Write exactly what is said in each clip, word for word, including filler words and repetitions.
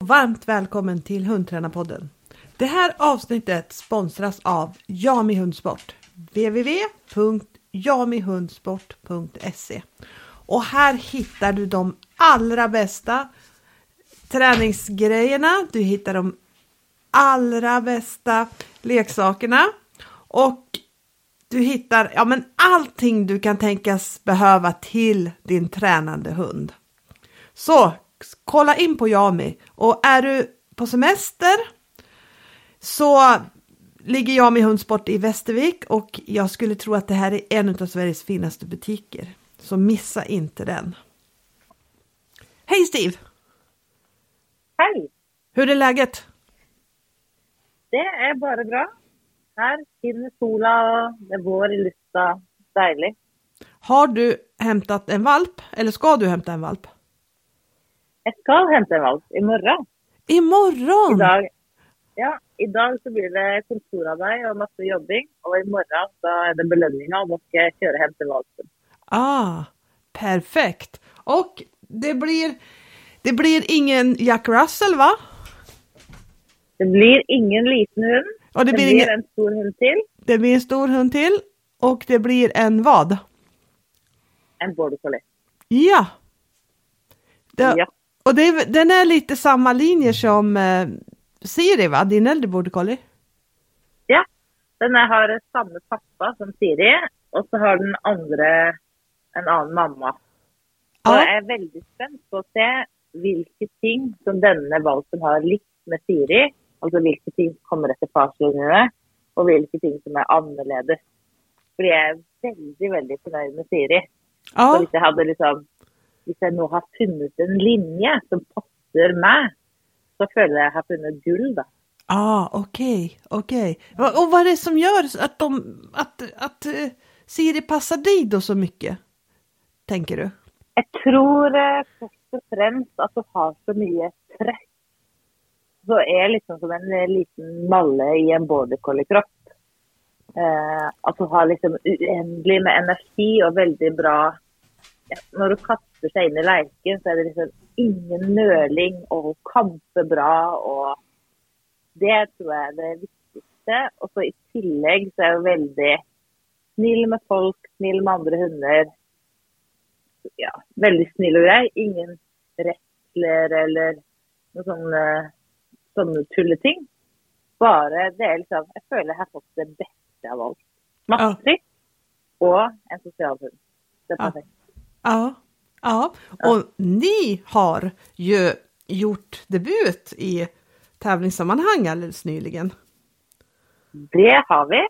och varmt välkommen till Hundtränarpodden. Det här avsnittet sponsras av Jami Hundsport. w w w punkt jami hundsport punkt se. Och här hittar du de allra bästa träningsgrejerna. Du hittar de allra bästa leksakerna. Och du hittar ja, men allting du kan tänkas behöva till din tränande hund. Så kolla in på Jami. Och är du på semester så ligger Jami Hundsport i Västervik. Och jag skulle tro att det här är en av Sveriges finaste butiker. Så missa inte den. Hej Steve! Hej! Hur är läget? Det är bara bra. Här skinner sola och det är vår i luften. Dejligt. Har du hämtat en valp? Eller ska du hämta en valp? Jag ska hämta en valp imorgon. Imorgon? Idag, ja, idag så blir det kontorarbete och massa jobbing. Och imorgon så är det belöningar och då ska jag köra hem till valpen. Ah, perfekt. Och det blir, det blir ingen Jack Russell, va? Det blir ingen liten hund. Och det, det blir, blir ingen... en stor hund till. Det blir en stor hund till. Och det blir en vad? En border collie. Ja. Det, ja. Och det, den är lite samma linjer som eh, Siri, va? Din äldre border collie. Ja, den har samma pappa som Siri. Och så har den andra en annan mamma. Ja. Och jag är väldigt spänd på att se vilka ting som denna valpen har likt med Siri. Alltså vilka ting som kommer efter farslinjerna och vilka ting som är annorlunda. För jag är väldigt, väldigt nöjd med Siri. Ja. Så hvis jag hade liksom, hvis jag nu har funnit en linje som passar mig, så känner jag att jag har funnit guld då. Ah, okej, okay, okej. Okay. Och vad är det som gör att, de, att, att uh, Siri passar dig då så mycket, tänker du? Jag tror uh, först och främst att du har så mycket träck. Så är liksom som en uh, liten malle i en border collie-kropp. Uh, att du har liksom oändlig med energi och väldigt bra. Ja, när du kastar sig in i leken så är det liksom ingen nöling och kamper bra och det tror jag är det viktigaste. Och så i tillägg så är jag väldigt snill med folk, snill med andra hundar. Ja, väldigt snill och grej. Ingen rättler eller någon sån, sån tulleting. Bara det är liksom, jag följer jag har fått det bästa av allt. Massigt ja. Och en social hund. Det är perfekt. Ja. Ja, ja. Och ni har ju gjort debut i tävlingssammanhang alldeles nyligen. Det har vi.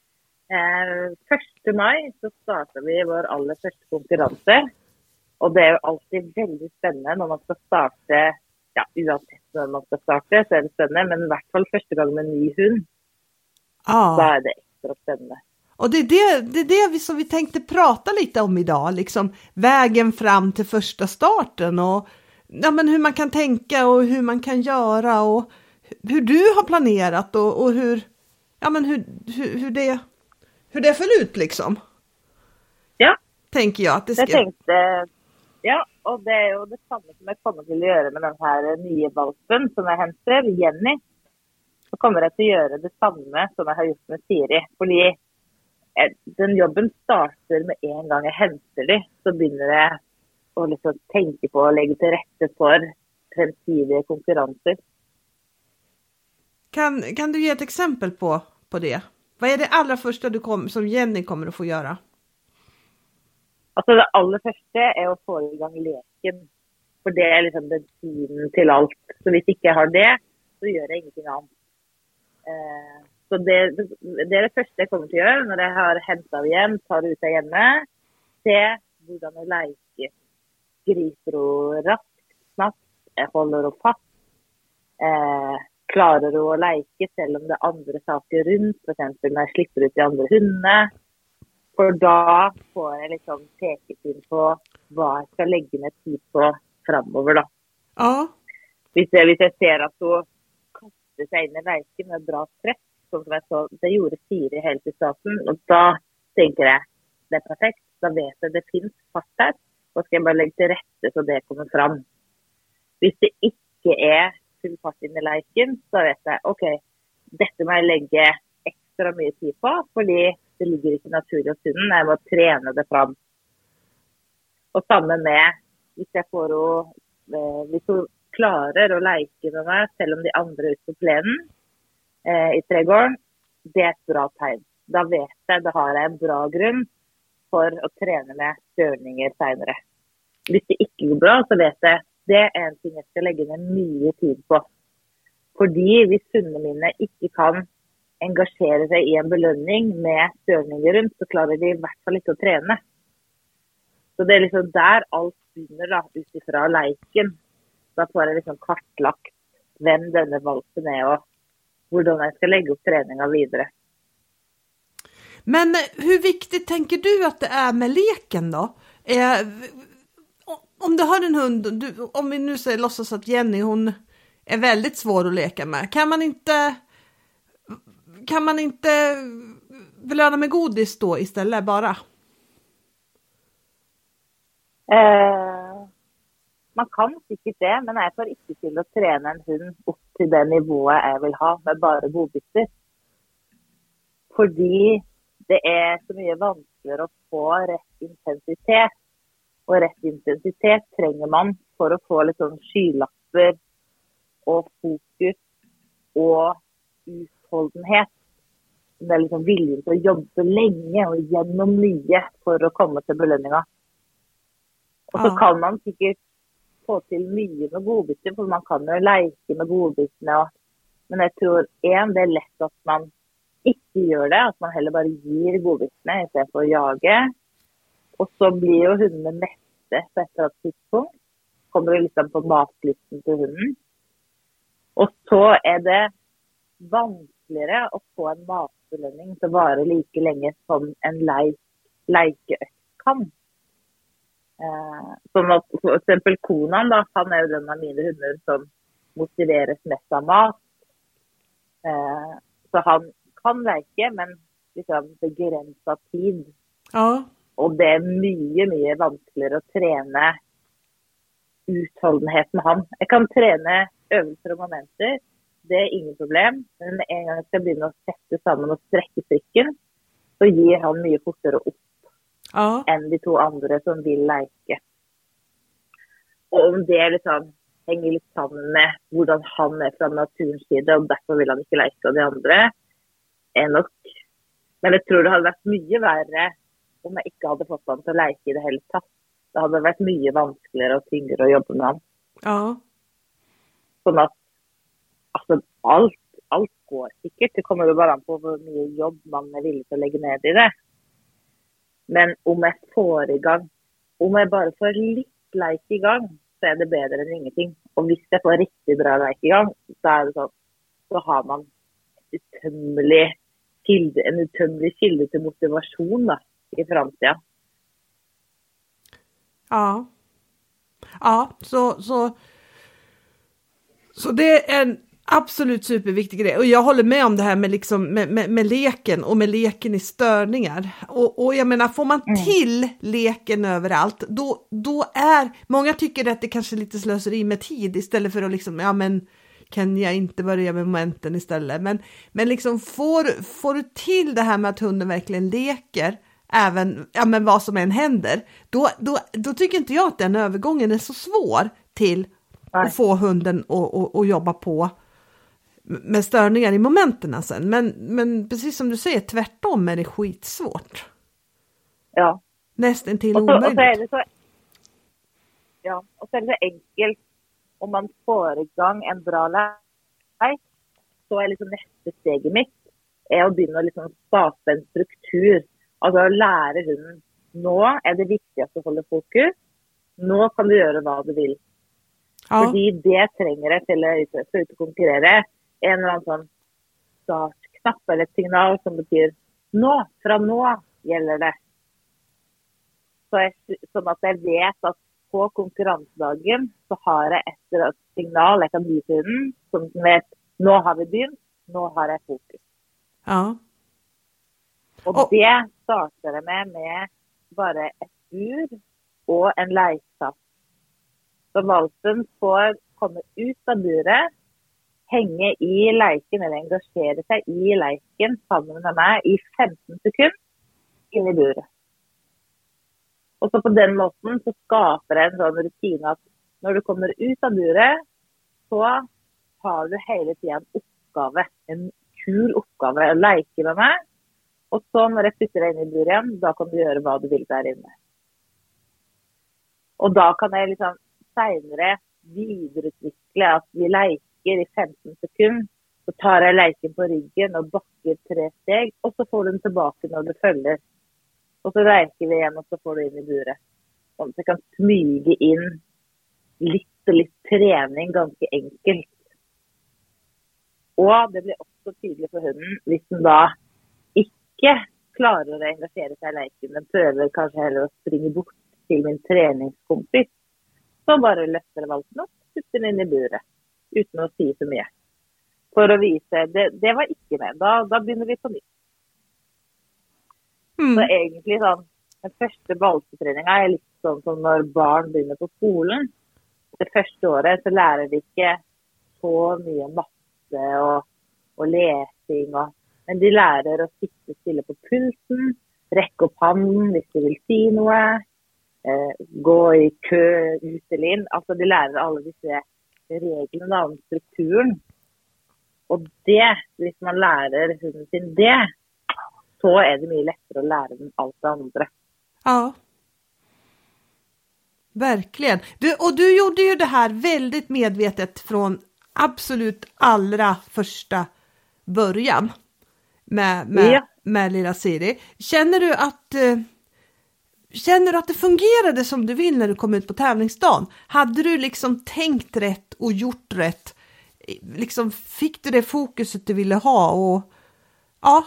Eh, första maj så startar vi vår allra första konkurrens. Och det är alltid väldigt spännande när man ska starta, ja, oavsett när man ska starta så är det spännande, men i alla fall första gången med en ny hund. Ja. Så är det extra spännande. Och det är det, det, är det vi, som vi tänkte prata lite om idag, liksom vägen fram till första starten och ja, men hur man kan tänka och hur man kan göra och hur du har planerat och, och hur, ja, men hur, hur, hur, det, hur det föll ut liksom. Ja. Tänker jag att det ska. Jag tänkte, ja, och det är ju detsamma som jag kommer till att göra med den här nya valpen som jag hämtar, Jenny. Så kommer jag till att göra detsamma som jag har gjort med Siri, fordi den jobben startar med en gång jag hämtar det, så börjar jag att liksom tänka på att lägga till rätta för framtida konkurrenser. Kan, kan du ge ett exempel på, på det? Vad är det allra första du kom, som Jenny kommer att få göra? Alltså det allra första är att få igång leken. För det är liksom bensinen till allt. Så om jag inte har det, så gör jag ingenting annat. Eh, Så det, det är det första jag kommer till att göra när jag har hämtat igen, tar ut det hemma. Se hur jag leker. Griper och raskt, snabbt. Jag håller och fast. Eh, klarar att leka selv om det är andra saker runt. För exempel när jag slipper ut de andra hundarna. För då får jag liksom pekepinn på vad jag ska lägga ner tid på framöver då. Ja. Hvis jag, hvis jag ser att du kastar sig in i leken med bra träff. Som jag så, det gjorde Siri helt i starten. Och då tänker jag, det är perfekt. Då vet jag att det finns fart här. Då ska jag bara lägga till rätta så det kommer fram. Hvis det inte är full fart inn i leiken, så vet jeg, ok, dette må jeg legge ekstra mye tid på, fordi det ligger ikke naturlig hos hunden, jeg må trene det fram. Og sammen med, hvis jeg får henne, hvis hun klarer å leke med meg, selv om de andre er ute på plenen eh, i trädgården, det er et bra tegn. Da vet jeg, da har jeg en bra grunn for å trene med størninger senere. Hvis det ikke går bra, så vet jeg, det er en ting jeg skal legge ned mye tid på. Fordi hvis hundene mine ikke kan engasjere seg i en belønning med størninger rundt, så klarer de i hvert fall ikke å trene. Så det er liksom der alt begynner da, utifra leiken. Da får jeg liksom kartlagt hvem denne valpen er, og hvordan jeg skal legge opp treningen videre. Men hur viktigt tänker du att det är med leken då? Eh, om du har en hund, du, om vi nu säger låtsas att Jenny, hon är väldigt svår att leka med. Kan man inte kan man inte belöna med godis då istället bara? Eh, man kan sikkert det, men jeg får ikke til å trene en hund opp til det nivået jeg vil ha med bare godbiter. Fordi det er så mye vanskeligere å få rett intensitet. Og rett intensitet trenger man for å få litt sånn skylapper og fokus og utholdenhet. Det er liksom viljen til å jobbe lenge og gjennom mye for å komme til belønninga. Og så kan man sikkert få til mye med godbiter, for man kan jo leke med godbitene. Og, men jeg tror en, det er lett at man ikke gjør det, at man heller bare gir godbitene i stedet for å jage. Og så blir jo hundene mette på et eller annet tidspunkt. Kommer det liksom på matlysten til hunden. Og så er det vanskeligere å få en matbelønning til å vare like lenge som en leik, leikeøkt kan. Eh, som at, for eksempel Konan, da, han er jo den av mine hunder som motiveres mest av mat. Eh, så han kan leke, men liksom begrenset tid. Ja. Og det er mye, mye vanskeligere å trene utholdenhet med han. Jeg kan trene øvelser og momenter, det er ingen problem. Men en gang jeg skal begynne å sette sammen og strekke strikken, så gir han mye fortere opp ja. Enn de to andre som vil leke. Og om det liksom henger litt sammen med hvordan han er fra naturens side, og derfor vil han ikke leke av de andre, er nok. Men jeg tror det hadde vært mye verre om jeg ikke hadde fått han til å leke i det hele tatt. Det hadde vært mye vanskeligere og tyngre å jobbe med han. Ja. Sånn at altså, alt, alt går sikkert. Det kommer jo bare an på hvor mye jobb man er villig til å legge ned i det. Men om jeg får i gang, om jeg bare får litt leik i gang, så er det bedre enn ingenting. Og hvis jeg får riktig bra leik i gang, så er det sånn, så har man et utømmelig kilde, en utømmelig kilde til motivasjon da, i fremtiden. Ja. Ja, så, så, så det är en absolut superviktig grej. Och jag håller med om det här med, liksom, med, med, med leken och med leken i störningar. Och, och jag menar, får man till leken överallt, då, då är, många tycker att det kanske är lite slöseri med tid istället för att liksom, ja men kan jag inte börja med momenten istället. Men, men liksom får, får du till det här med att hunden verkligen leker, även ja, men vad som än händer, då, då, då tycker inte jag att den övergången är så svår till Nej. Att få hunden att, att, att jobba på med störningar i momenten sen. Men, men precis som du säger, tvärtom är det skitsvårt. Ja. Nästan till och så, omöjligt. Och så är det så, ja, och så är det så enkelt om man får igång en bra lek, så är liksom nästa steg mitt är att börja liksom skapa en struktur. Alltså att lära hunden, nu är det viktigast att hålla fokus. Nu kan du göra vad du vill. Ja. Fordi det trenger jeg til å ut og konkurrere. En eller annen sånn startknapp eller et signal som betyr nå, fra nå gjelder det. Så jeg, sånn at jeg vet at på konkurransedagen så har jeg et signal jeg kan gi til den, som vet, nå har vi begynt, nå har jeg fokus. Ja. Og oh. det starter jeg med med bare et bur og en leiksatt. Så valpen får komme ut av buret hänga i leken eller engagera sig i leken sammen med mig i femton sekunder in i buret. Och så på den måten så skapar det en sån rutin att när du kommer ut av buret så har du hela tiden en uppgave, en kul uppgave att leka med mig. Och så när jag flyttar in i buret igen, då kan du göra vad du vill där inne. Och då kan jag liksom senare vidareutveckla att vi leker i femton sekunder. Så tar jag leken på ryggen och backar tre steg. Och så får du den tillbaka när du följer. Och så leker vi igen och så får du in i buret. Och så kan smyga in lite, lite träning ganska enkelt. Och det blir också tydligt för hunden. Hvis den då inte klarar att engagera sig i leken. Den prövar kanske hellre att springa bort till min träningskompis. Så bara lyfter valpen upp, sätter den in i buret. Utan att säga för mycket. För att visa, det, det var inte med. Då, då börjar vi på nytt. Mm. Så egentligen sånn, den första valpeträningen är lite sånn som när barn börjar på skolan. Det första året så lär de inte så mycket matte och, och läsning. Och, men de lär att sitta stilla på pulsen, räcka upp handen om de vill säga något. Eh, gå i kö, ut eller in. Alltså de lär alla dessa reglerna om strukturen. Och det, om man lär hunden sin det, så är det mycket lättare att lära den allt det andra. Ja. Verkligen. Du, och du gjorde ju det här väldigt medvetet från absolut allra första början med, med, ja. med lilla Siri. Känner du att eh, känner du att det fungerade som du vill när du kom ut på tävlingsdagen? Hade du liksom tänkt rätt och gjort rätt? Liksom fick du det fokuset du ville ha? Och ja.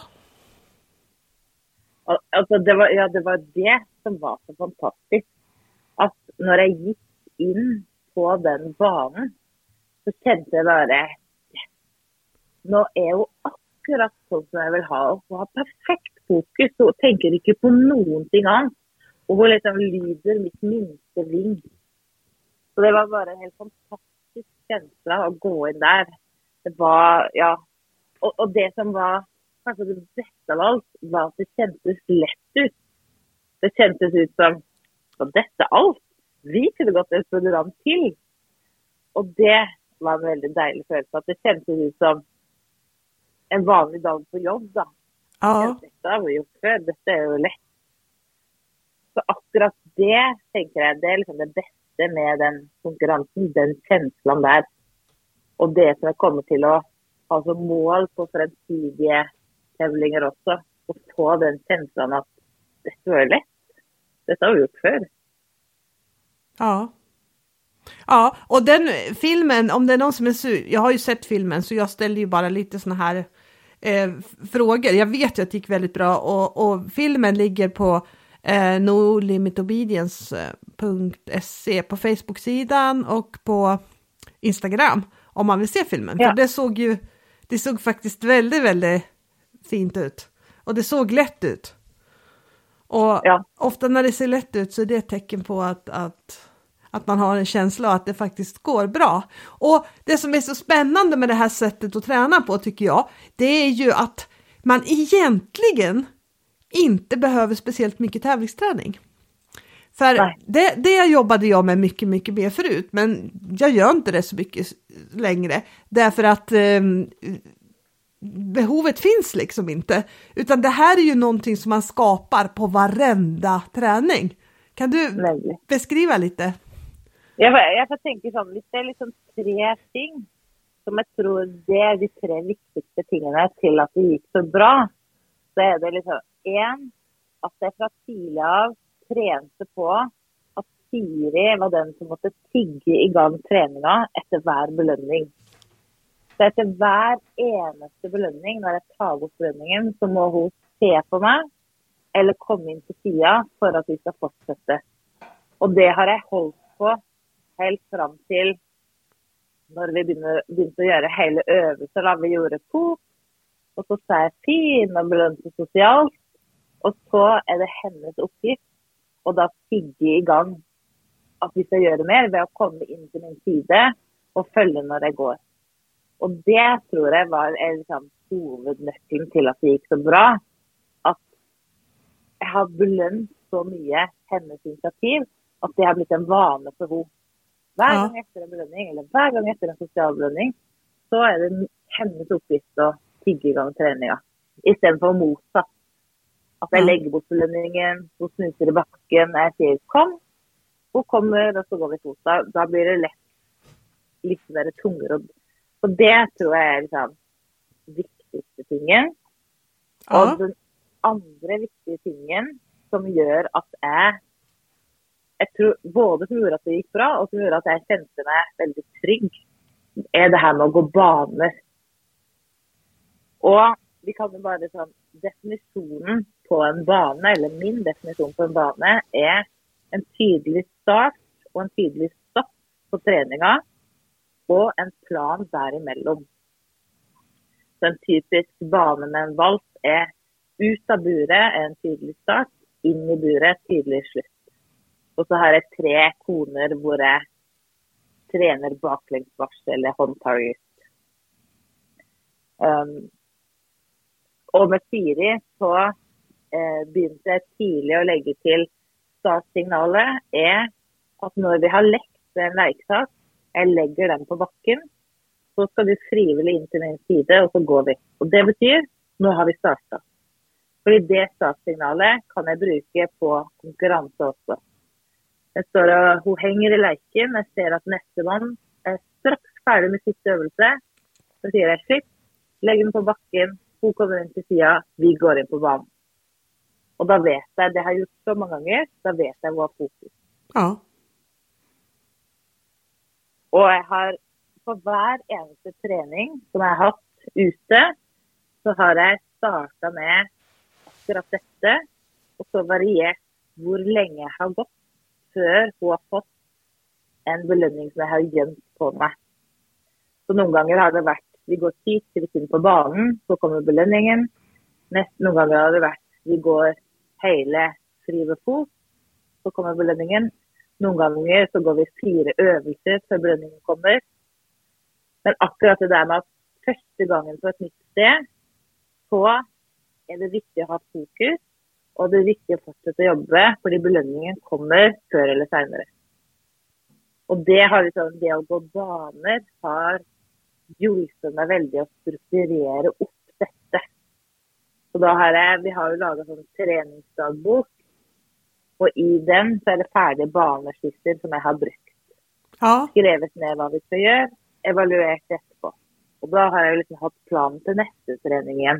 Alltså det var, ja, det var det som var så fantastiskt. Att när jag gick in på den banan så kände jag bara nu är jag akkurat så som jag vill ha. Och ha perfekt fokus och tänker inte på någonting annat. Och hon liksom lyder mitt minsta ving. Så det var bara en helt fantastisk känsla att gå in där. Det var, ja. Och, och det som var kanske det bästa av allt var att det kändes lätt ut. Det kändes ut som, som detta allt. Vi kunde gått ett program till. Och det var en väldigt dejlig känsla. Att det kändes ut som en vanlig dag på jobb då. Ja. Detta har vi gjort för. Detta är ju lätt. Så akkurat det, tänker jag, det är liksom det bästa med den konkurrensen, den känslan där. Och det som jag kommer till att ha som mål på framtida tävlingar också. Och få den känslan att det är lätt. Detta har vi gjort för. Ja. Ja, och den filmen, om det är någon som är sur, jag har ju sett filmen så jag ställde ju bara lite såna här eh, frågor. Jag vet ju att det gick väldigt bra och, och filmen ligger på eh, no limit obedience punkt se på Facebook-sidan och på Instagram om man vill se filmen. Ja. För det såg ju, det såg faktiskt väldigt, väldigt fint ut. Och det såg lätt ut. Och ja. Ofta när det ser lätt ut så är det ett tecken på att, att, att man har en känsla att det faktiskt går bra. Och det som är så spännande med det här sättet att träna på tycker jag, det är ju att man egentligen inte behöver speciellt mycket tävlingsträning. För det, det jobbade jag med mycket, mycket mer förut. Men jag gör inte det så mycket längre. Därför att eh, behovet finns liksom inte. Utan det här är ju någonting som man skapar på varenda träning. Kan du Nej. beskriva lite? Jag, jag får tänka som, det är liksom tre ting som jag tror det är de tre viktigaste tingene till att det gick så bra. Så är det liksom en, att jag från tidigt av tränade på att Siri var den som måste tigga igång träningen efter var belöning. Så efter var enaste belöning, när jag tar upp belöningen, så må hon se på mig eller komma in på sidan för att vi ska fortsätta. Och det har jag hållit på helt fram till när vi började göra hela övelsen. Vi gjorde kok och så sa jag fin och belönte socialt. Och så är det hennes uppgift och då tigga igång att vi ska göra mer ved att komma in till min sida och följa när det går. Och det tror jag var en liksom, huvudnyckeln till att det gick så bra. Att jag har belönt så mycket hennes initiativ att det har blivit en vana för henne. Varje ja. gång efter en belöning eller varje gång efter en social belöning så är det hennes uppgift att tigga igång träningen. Istället för motsatt. Att jag ja. lägger bort belöningen, hon snusar i backen, jag säger kom. Och kommer och så går vi fota. Då blir det lätt lite mer tungrodd. Så det tror jag är liksom viktigaste tingen. Ja. Och den andra viktiga tingen som gör att jag, jag tror både som gjorde att det gick bra och som gjorde att jag kände mig väldigt trygg är det här med att gå banor. Och vi kan ju bara liksom, definitionen på en bana, eller min definition på en bana är en tydlig start och en tydlig stopp på träningen och en plan däremellan. Så en typisk bana med en vals är ut av buret är en tydlig start, in i buret tydlig slut. Och så har jag tre koner där jag tränar baklängsvars eller håndtaget. Um, och med Siri så eh, begynte jag tidigt att lägga till startsignalet är att när vi har läckt en leksak, jag lägger den på backen, så ska du frivilligt in till min sida och så går vi. Och det betyder, nu har vi startat. För det startsignalet kan jag bruka på konkurrens också. Jag står och hon hänger i leken, jag ser att nästa man är strax färdig med sitt övelse. Så säger jag slipp, lägger den på backen, hon kommer in till sidan, vi går in på banan. Och då vet jag, det har jag gjort så många gånger, då vet jag vad fokus. Ja. Och jag har på var eneste träning som jag har haft ute så har jag startat med akkurat detta och så varierat hur länge jag har gått för hon har fått en belöning som jag har gömt på mig. Så någon gånger har det varit, vi går tid till vi på banan, så kommer belöningen. Nästa någon gånger har det varit, vi går hela fri fot, så kommer belöningen. Någon gånger så går vi fyra övningar för belöningen kommer. Men akkurat det där med att första gången på ett nytt sted så är det viktigt att ha fokus och det är viktigt att fortsätta jobba för belöningen kommer förr eller senare. Och det har liksom, det att gå banor har hjälpt mig väldigt att strukturera upp detta. Så då har jag, vi har ju lagat en träningsdagbok och i den så är det färdiga baneskisser som jag har brukt. Ja. Skrivit ner vad vi ska göra, evaluerat efterpå. Och då har jag liksom haft plan till nästa träning igen.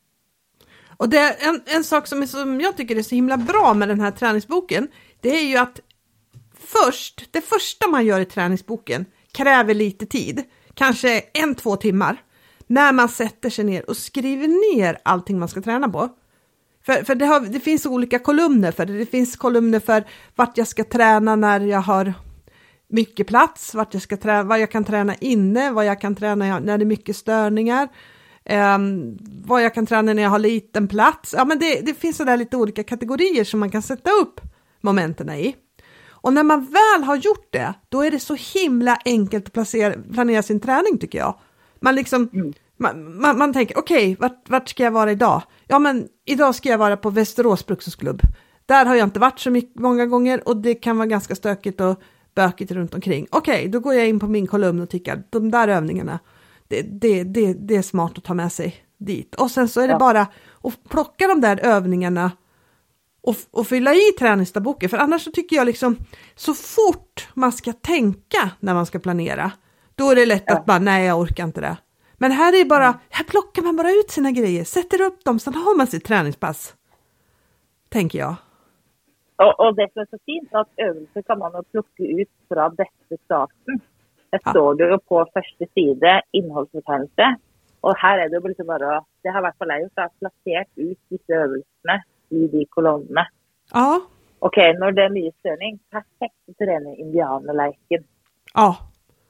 Och det är en, en sak som, är, som jag tycker är så himla bra med den här träningsboken, det är ju att först, det första man gör i träningsboken kräver lite tid, kanske en, två timmar, när man sätter sig ner och skriver ner allting man ska träna på. För, för det, har, det finns olika kolumner för det. Det finns kolumner för vart jag ska träna när jag har mycket plats, vart jag ska träna, vad jag kan träna inne, vad jag kan träna när det är mycket störningar, um, vad jag kan träna när jag har liten plats. Ja, men det, det finns så där lite olika kategorier som man kan sätta upp momenten i. Och när man väl har gjort det, då är det så himla enkelt att placera, planera sin träning tycker jag. Man liksom... Mm. Man, man, man tänker, okej, okay, vart, vart ska jag vara idag? Ja, men idag ska jag vara på Västerås bruksklubb. Där har jag inte varit så mycket, många gånger och det kan vara ganska stökigt och bökigt runt omkring. Okej, okay, då går jag in på min kolumn och tycker de där övningarna, det, det, det, det är smart att ta med sig dit. Och sen så är det ja. bara att plocka de där övningarna och, och fylla i träningsdagboken. För annars så tycker jag liksom, så fort man ska tänka när man ska planera, då är det lätt ja. att bara, nej jag orkar inte det. Men här är bara, här plockar man bara ut sina grejer, sätter upp dem, sen har man sitt träningspass. Tänker jag. Och, och det är så fint att övelse kan man plocka ut från bästa starten. Det ja. står det ju på första sidan, innehållsförtecknelse. Och här är det liksom bara, det har varit på läge så att placerat ut vissa övelserna i de kolonnerna. Ja. Okej, okay, när det är mycket störning, perfekt att träna indianerleken. Ja.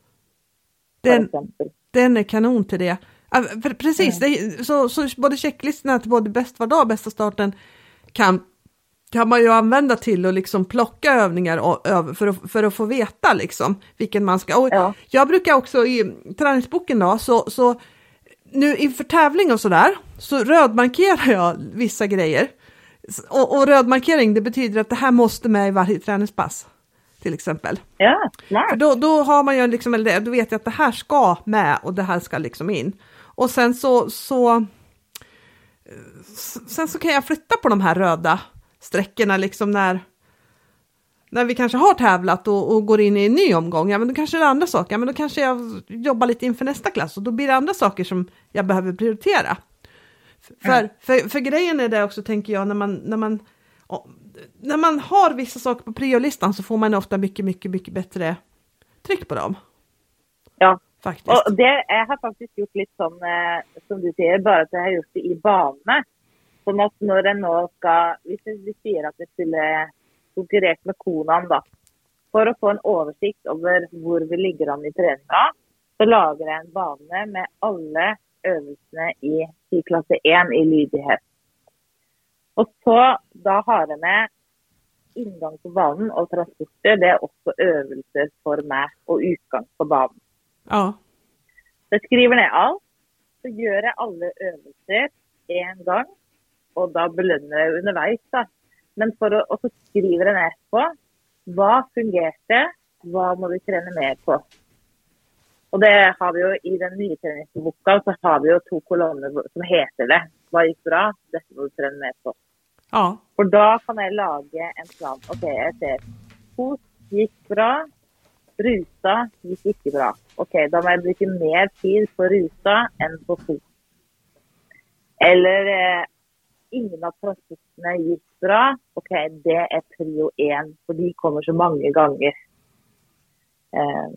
Den, den är kanon till det. För precis, mm. det, så, så både checklistorna till både bäst var dag och bästa starten kan kan man ju använda till att liksom plocka övningar och, öv, för, att, för att få veta liksom vilken man ska. Och Ja. Jag brukar också i träningsboken då, så, så nu inför tävling och sådär, så rödmarkerar jag vissa grejer. Och, och rödmarkering, det betyder att det här måste med i varje träningspass. Till exempel. Ja, för då, då har man ju liksom, eller då vet jag att det här ska med och det här ska liksom in. Och sen så, så sen så kan jag flytta på de här röda sträckorna liksom när när vi kanske har tävlat och, och går in i en ny omgång. Ja, men då kanske det är andra saker. Ja, men då kanske jag jobbar lite inför nästa klass och då blir det andra saker som jag behöver prioritera. För, mm. för, för grejen är det också, tänker jag, när man när man när man har vissa saker på priolistan så får man ofta mycket, mycket, mycket bättre tryck på dem. Ja, faktiskt. Och det jag har faktiskt gjort lite som, eh, som du säger, bara att jag har gjort det i bana. Som att när jag nu ska, hvis vi säger att jag skulle konkurrera med Konan då, för att få en översikt över var vi ligger an i träningen, så lagar jag en bana med alla övningarna i, i klass ett i lydighet. Och så då har jag med ingång på banan och transporter, det är också övningar för mig och utgång på banan. Ja. Jag skriver ner allt, så gör jag alla övningar en gång och då belönar jag undervis då. Men för att, och så skriver jag ner på vad fungerade, vad måste vi träna mer på. Och det har vi ju i den nya träningsboken, så har vi ju två kolonner som heter det. Vad gick bra? Detta måste vi träna mer på. Ja. Och då kan jag laga en plan. Okej, okay, jag ser. Fot gick bra. Ruta gick inte bra. Okej, okay, då måste jag bruka mer tid på ruta än på fot. Eller eh, ingen av transporterna gick bra. Okej, okay, det är prio en. För de kommer så många gånger. Eh,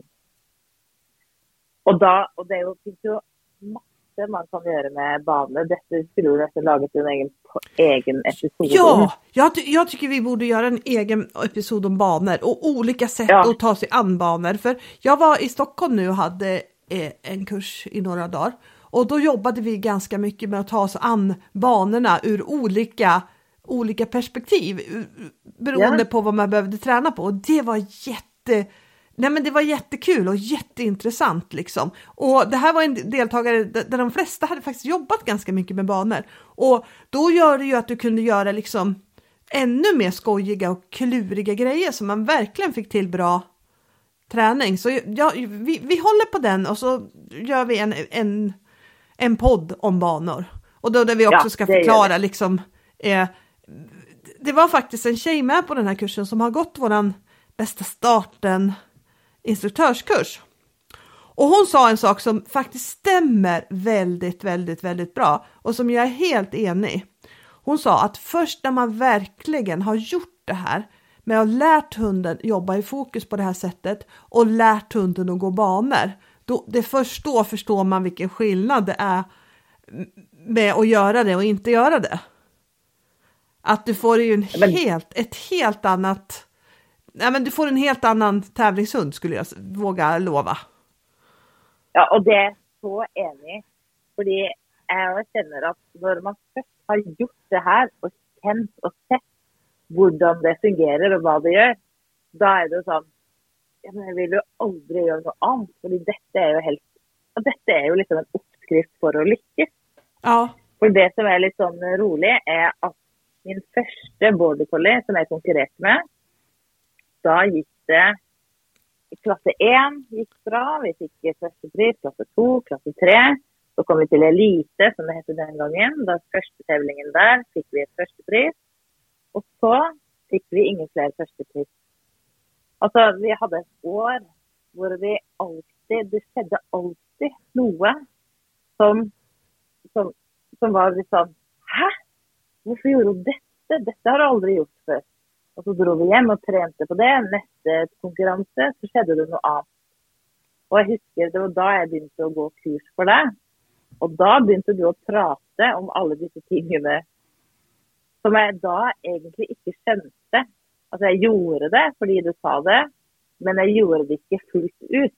och, då, och det är ju, finns ju massor man kan göra med banor. Detta skulle du nästan lagat en egen, egen episod. Ja, jag, jag tycker vi borde göra en egen episod om banor och olika sätt ja. att ta sig an banor. För jag var i Stockholm nu och hade eh, en kurs i några dagar. Och då jobbade vi ganska mycket med att ta oss an banorna ur olika, olika perspektiv. Beroende ja. på vad man behövde träna på. Och det var jätte... Nej, men det var jättekul och jätteintressant liksom. Och det här var en deltagare där de flesta hade faktiskt jobbat ganska mycket med banor. Och då gör det ju att du kunde göra liksom ännu mer skojiga och kluriga grejer som man verkligen fick till bra träning. Så ja, vi, vi håller på den och så gör vi en, en, en podd om banor. Och då där vi också ja, ska förklara liksom. Eh, det var faktiskt en tjej med på den här kursen som har gått våran bästa starten instruktörskurs. Och hon sa en sak som faktiskt stämmer väldigt, väldigt, väldigt bra och som jag är helt enig. Hon sa att först när man verkligen har gjort det här med att lärt hunden jobba i fokus på det här sättet och lärt hunden att gå banor, då, det först då förstår man vilken skillnad det är med att göra det och inte göra det. Att du får ju en helt, ett helt annat... Nej, men du får en helt annan tävlingshund skulle jag våga lova. Ja, och det är så enig. För jag känner att när man först har gjort det här och känt och sett hur det fungerar och vad det gör, då är det så ja, men jag vill ju aldrig göra något annat. För detta är ju helt, och detta är ju liksom en uppskrift för att lyckas. Ja. För det som är lite sån roligt är att min första border collie som jag konkurrerat med, då gick det klass ett gick bra, vi fick första pris, klass två, klass tre. Så kom vi till elite som det hette den gången. Då första tävlingen där fick vi ett första pris. Och så fick vi ingen fler första pris. Alltså vi hade ett år där vi alltid, det skedde alltid något som, som, som var liksom, hä? Varför gjorde du detta? Detta har jag aldrig gjort för. Och så drog vi hem och tränade på det. Nästa konkurrens så skedde det något annat. Och jag husker, det var då jag började att gå kurs för det. Och då började du att prata om alla dessa tingene som jag då egentligen inte kände. Alltså jag gjorde det för du sa det, men jag gjorde det inte fullt ut.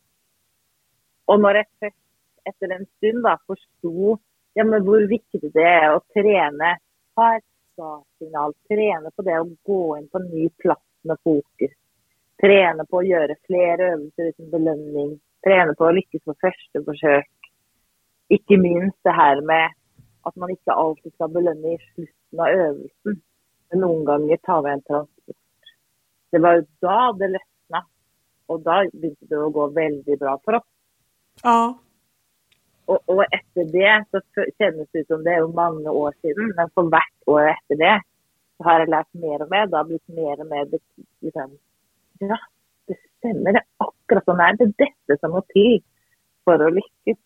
Och när jag först efter en stund då förstod ja, men hur viktigt det är att träna, ha ett startsignal. Träna på det och gå in på ny plats med fokus. Träna på att göra fler övningar utan belöning. Träna på att lyckas på första försök. Inte minst det här med att man inte alltid ska belöna i slutet av övningen. Men någon gånger tar vi en transport. Det var ju då det ledsnade. Och då började det att gå väldigt bra för oss. Ja. Och, och efter det så kändes det som det är många år sedan. Men för vart år efter det så har jag lärt mer och mer. Det har blivit mer och mer liksom, ja, det stämmer. Det är akkurat som är. Det är detta som må till för att lyckas.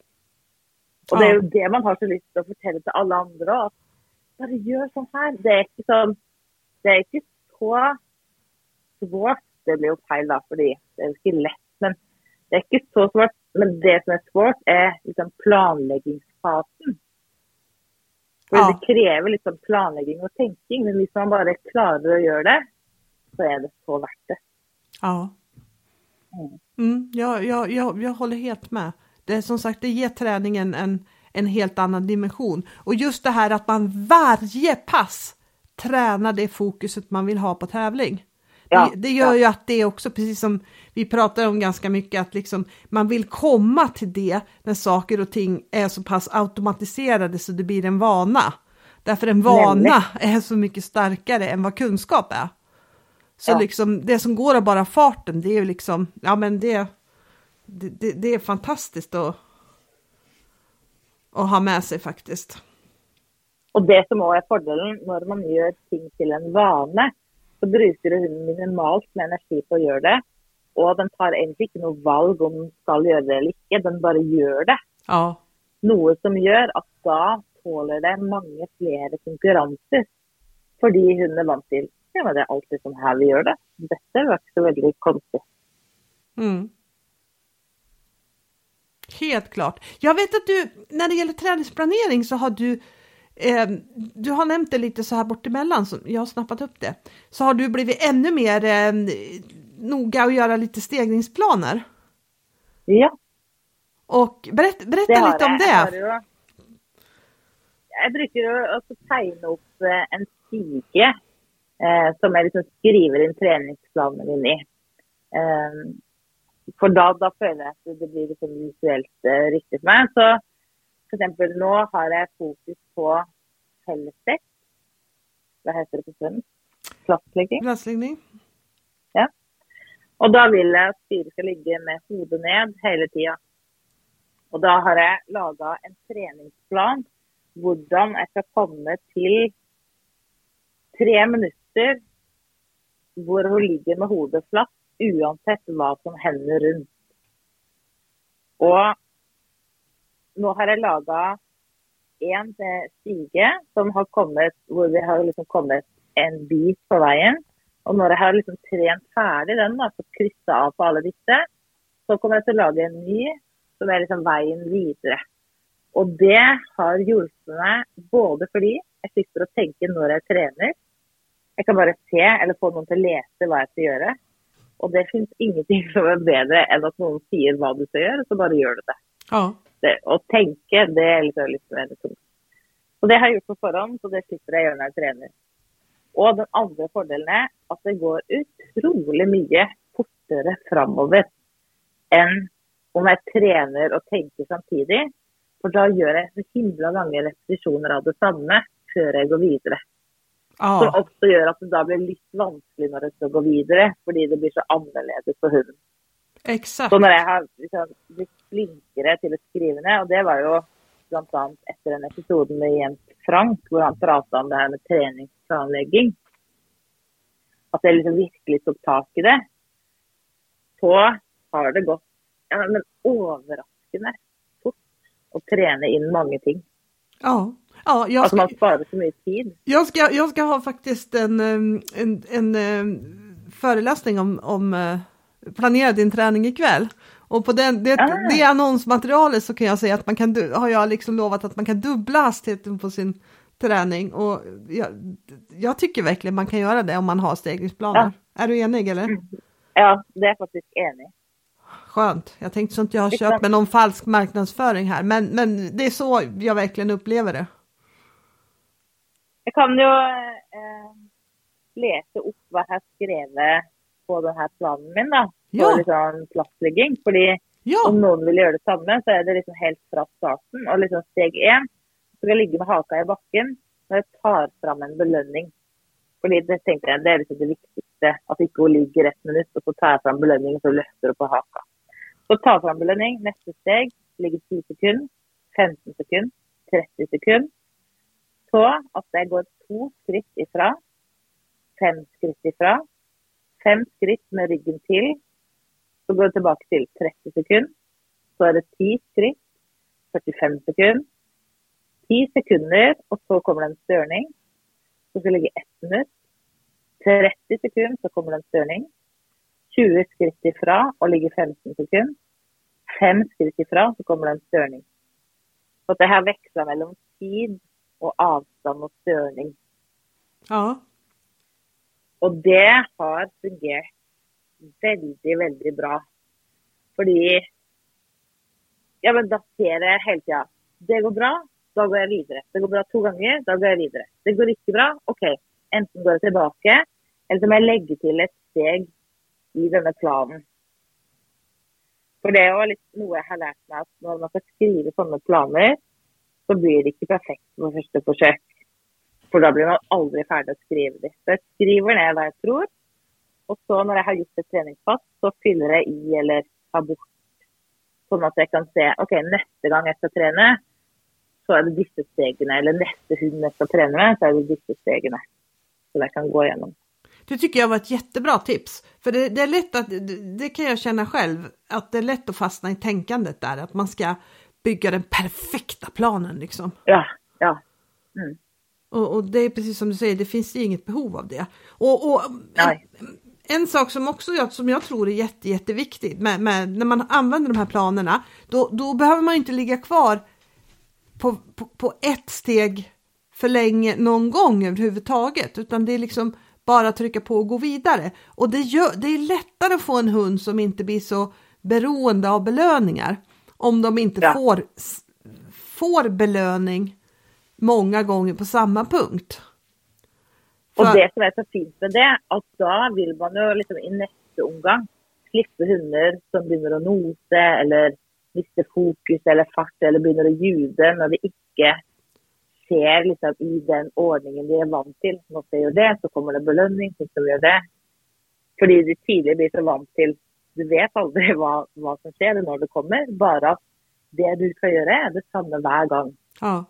Och det är ju det man har så lust att fortälla till alla andra. Att bara gör så här. Det är inte så, det är inte så svårt. Det blir ju fel då, för det är inte lätt. Men det är inte så svårt. Men det som är svårt är liksom planläggningsfasen. För ja. Det kräver liksom planläggning och tänking. Men om man bara klarar att göra det så är det så värt det. Ja. Mm. Mm, jag, jag, jag, jag håller helt med. Det är som sagt, det ger träningen en, en helt annan dimension. Och just det här att man varje pass tränar det fokuset man vill ha på tävling. Ja, det, det gör ja. ju att det också, precis som vi pratar om ganska mycket, att liksom man vill komma till det när saker och ting är så pass automatiserade så det blir en vana. Därför en vana Nämligen. är så mycket starkare än vad kunskap är. Så ja. liksom det som går av bara farten, det är ju liksom, ja men det, det, det, det är fantastiskt att, att ha med sig faktiskt. Och det som också är fördelen när man gör ting till en vana, så bruker hunden minimalt med energi på att göra det. Och den tar egentligen inte något valg om den ska göra det eller inte. Den bara gör det. Ja. Något som gör att då tåler det många fler konkurrenser. Fordi hunden är vant till, ja men det är alltid som här vi gör det. Detta var så väldigt konstigt. Mm. Helt klart. Jag vet att du, när det gäller träningsplanering så har du Eh, du har nämnt det lite så här bort emellan, så jag har snappat upp det. Så har du blivit ännu mer eh, noga att göra lite stegringsplaner. Ja. Och berätt, berätta lite om det. det. Jag, jag brukar också tegna upp en stige eh, som jag liksom skriver in träningsplanen in i. Eh, för då, då följer jag att det blir liksom visuellt eh, riktigt med. Så för exempel nu har jag fokus på fältet. Vad heter det på svenska? Platsläggning. Platsläggning. Ja. Och då vill jag att styret ska ligga med huvudet ned hela tiden. Och då har jag lagat en träningsplan hur jag ska komma till tre minuter hvor hon ligger med huvudet flatt oavsett vad som händer runt. Och nu har jag lagat en stige som har kommit, hvor vi har liksom kommit en bit på vägen. Och när jag har liksom tränat färdig den, alltså kryssa av på alla dessa, så kommer jag att laga en ny som är liksom vägen vidare. Och det har hjälpt mig både för att jag slipper att tänka när jag tränar. Jag kan bara se eller få någon att läsa vad jag ska göra. Och det finns ingenting som är bättre än att någon säger vad du ska göra, så bara gör du det. Ja. Och tänka, det är liksom lite väldigt tungt. Och det har jag gjort på förhand, så det slipper jag göra när jag tränar. Och den andra fördelen är att det går otroligt mycket fortare framåt än om jag tränar och tänker samtidigt. För då gör jag så himla många repetitioner av detsamma för jag går vidare. Ja. Som också gör att det då blir lite vanskligt när jag ska gå vidare, för det blir så annorlunda för hunden. Exakt. Så när jag har liksom blivit flinkare till att skriva ner, och det var ju bland annat efter den episoden med Jens Frank, hvor han pratade om det här med träningsplanläggning. Att jag liksom verkligen tog tag i det. Så har det gått ja, men överraskande fort att träna in många ting. Ja. Ja, jag alltså man sparar så mycket tid. Jag ska, jag ska ha faktiskt en, en, en, en föreläsning om, om planera din träning ikväll. Och på den, det, ah. det annonsmaterialet så kan jag säga att man kan, har jag liksom lovat att man kan dubbla hastigheten på sin träning. Och jag, jag tycker verkligen man kan göra det om man har stegringsplaner. Ja. Är du enig eller? Mm. Ja, det är faktiskt enig. Skönt. Jag tänkte så att jag har köpt med någon falsk marknadsföring här. Men, men det är så jag verkligen upplever det. Jag kan ju eh, läsa upp vad jag skrev på den här planen min då. Ja. På liksom plastlegging. För Ja. om någon vill göra det samma så är det liksom helt från starten. Och liksom steg en. Så ska jag ligga med haka i backen. När jag tar fram en belöning. För det tänkte jag, det är liksom det viktigaste. Att inte gå och ligga ett minut och så tar jag fram belöningen och så lyfter du på haka. Så tar fram belöning, nästa steg. Ligger tio sekunder, femton sekunder, trettio sekunder. Så att det går två skritt ifrån. Fem skritt ifrån. Fem skritt med ryggen till. Så går det tillbaka till trettio sekunder. Så är det tio skritt. fyrtiofem sekunder. tio sekunder och så kommer det en störning. Så ska ligga ett minut. trettio sekunder så kommer det en störning. tjugo skritt ifrån och ligger femton sekunder. Fem skritt ifrån så kommer det en störning. Så att det här växlar mellan tid och avstånd och störning. Ja. Och det har fungerat väldigt, väldigt bra. För ja, men då ser jag helt ja. Det går bra, då går jag vidare. Det går bra två gånger, då går jag vidare. Det går inte bra, okej. Okay. Enten går jag tillbaka eller så må jag lägga till ett steg i den här planen. För det är lite något jag har lärt mig att när man ska skriva sådana planer så blir det inte perfekt på första försök. För då blir man aldrig färdig att skriva det. Så jag skriver ner vad jag tror. Och så när jag har gjort ett träningspass så fyller jag i eller tar bort. Så att jag kan se, okej okay, nästa gång jag ska träna så är det dessa stegen. Eller nästa hund jag ska träna med så är det dessa stegen. Så jag kan gå igenom. Det tycker jag var ett jättebra tips. För det, det är lätt att, det, det kan jag känna själv, att det är lätt att fastna i tänkandet där. Att man ska bygga den perfekta planen liksom. Ja, ja. Mm. Och, och det är precis som du säger, det finns ju inget behov av det. Och, och en, en sak som också jag, som jag tror är jätte, jätteviktigt med, med, när man använder de här planerna, då, då behöver man inte ligga kvar på, på, på ett steg för länge någon gång överhuvudtaget. Utan det är liksom bara trycka på och gå vidare. Och det, gör, det är lättare att få en hund som inte blir så beroende av belöningar. Om de inte ja. får, får belöning många gånger på samma punkt. För... Och det som är så fint med det, att då vill man ju liksom i nästa omgång slippa hundar som börjar att nosa eller mista fokus eller fart eller börjar att ljuda när det inte ser liksom i den ordningen de är van till. När de gör det så kommer det belöning som de gör det. För de tidigare blir så van till, du vet aldrig vad, vad som sker när det kommer. Bara att det du ska göra är det samma varje gång. Ja.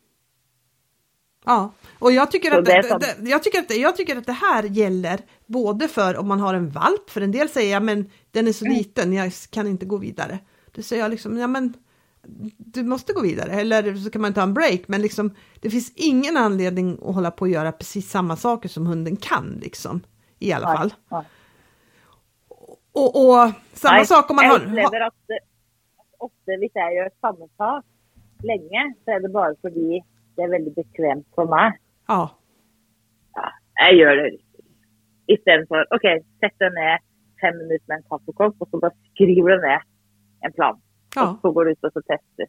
Ja, och jag tycker, att det, det, det, jag, tycker att det, jag tycker att det här gäller både för om man har en valp, för en del säger jag men den är så mm. liten, jag kan inte gå vidare. Då säger jag liksom, ja men du måste gå vidare, eller så kan man ta en break, men liksom det finns ingen anledning att hålla på och göra precis samma saker som hunden kan liksom, i alla ja, fall. Ja. Och, och samma Nej, sak om man jag har... Jag upplever att ofta hvis jag gör samma sak länge så är det bara för att det är väldigt bekvämt för mig. Ja. Ja, jag gör det. Istället för, okej, okay, sätt dig ner fem minuter med en kaffekopp och så bara skriver du ner en plan. Ja. Och så går du ut och så testar.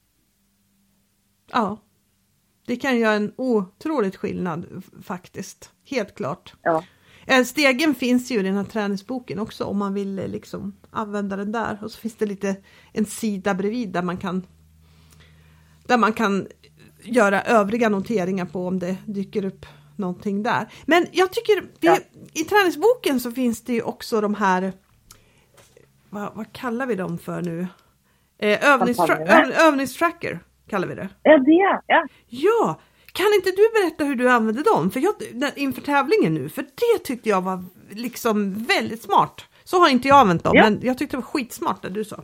Ja. Det kan göra en otroligt skillnad faktiskt. Helt klart. Ja. Stegen finns ju i den här träningsboken också om man vill liksom använda den där. Och så finns det lite en sida bredvid där man kan där man kan göra övriga noteringar på om det dyker upp någonting där. Men jag tycker det, ja. i träningsboken så finns det ju också de här, vad, vad kallar vi dem för nu? Eh, övningstra- öv, övningstracker kallar vi det. Ja, det ja. Ja, kan inte du berätta hur du använder dem? För jag, inför tävlingen nu, för det tyckte jag var liksom väldigt smart. Så har inte jag använt dem, ja. men jag tyckte det var skitsmart det du sa.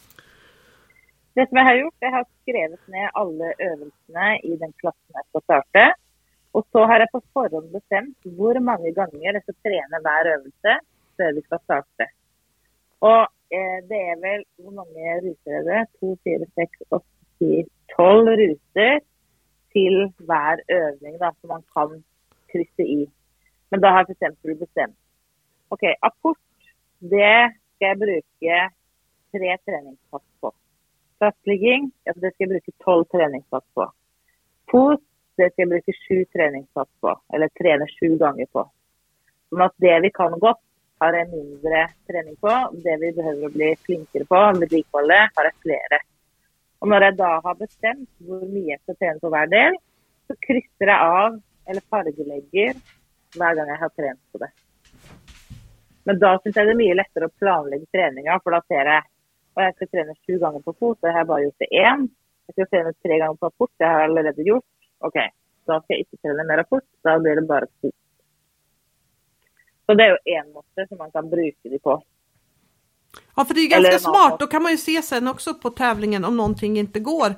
Det som jag har gjort, jag har skrivit ner alla övelserna i den klassen jag ska starta. Och så har jag på förhand bestämt hur många gånger jag ska träna var övelse för vi ska starta. Och eh, det är väl, hur många rutor är det? två, fyra, sex, åtta, tio, tolv rutor till var övning då, som man kan kryssa i. Men då har jag till exempel bestämt. Okej, okay, apport, det ska jag bruka tre träningspass på. Plastligging, ja, det ska jag bruka tolv träningspass på. Pos, det ska jag bruka sju träningspass på, eller träna sju gånger på. Så att det vi kan gott har jag mindre träning på, det vi behöver bli flinkare på, vedlikeholdet, har jag flera. Och när jag då har bestämt hur mycket jag ska träna på varje del, så kryssar jag av eller fargelägger varje gång jag har tränat på det. Men då syns jag det är mycket lättare att planlägga träningar, för då ser jag och jag ska träna sju gånger på fot, det har jag bara gjort det en. Jag ska träna tre gånger på fot, det har jag redan gjort. Okej, okay. Då ska jag inte träna mer fot, då blir det bara fot. Så det är ju en måte som man kan bruka det på. Ja, för det är ganska smart. Då kan man ju se sen också på tävlingen om någonting inte går.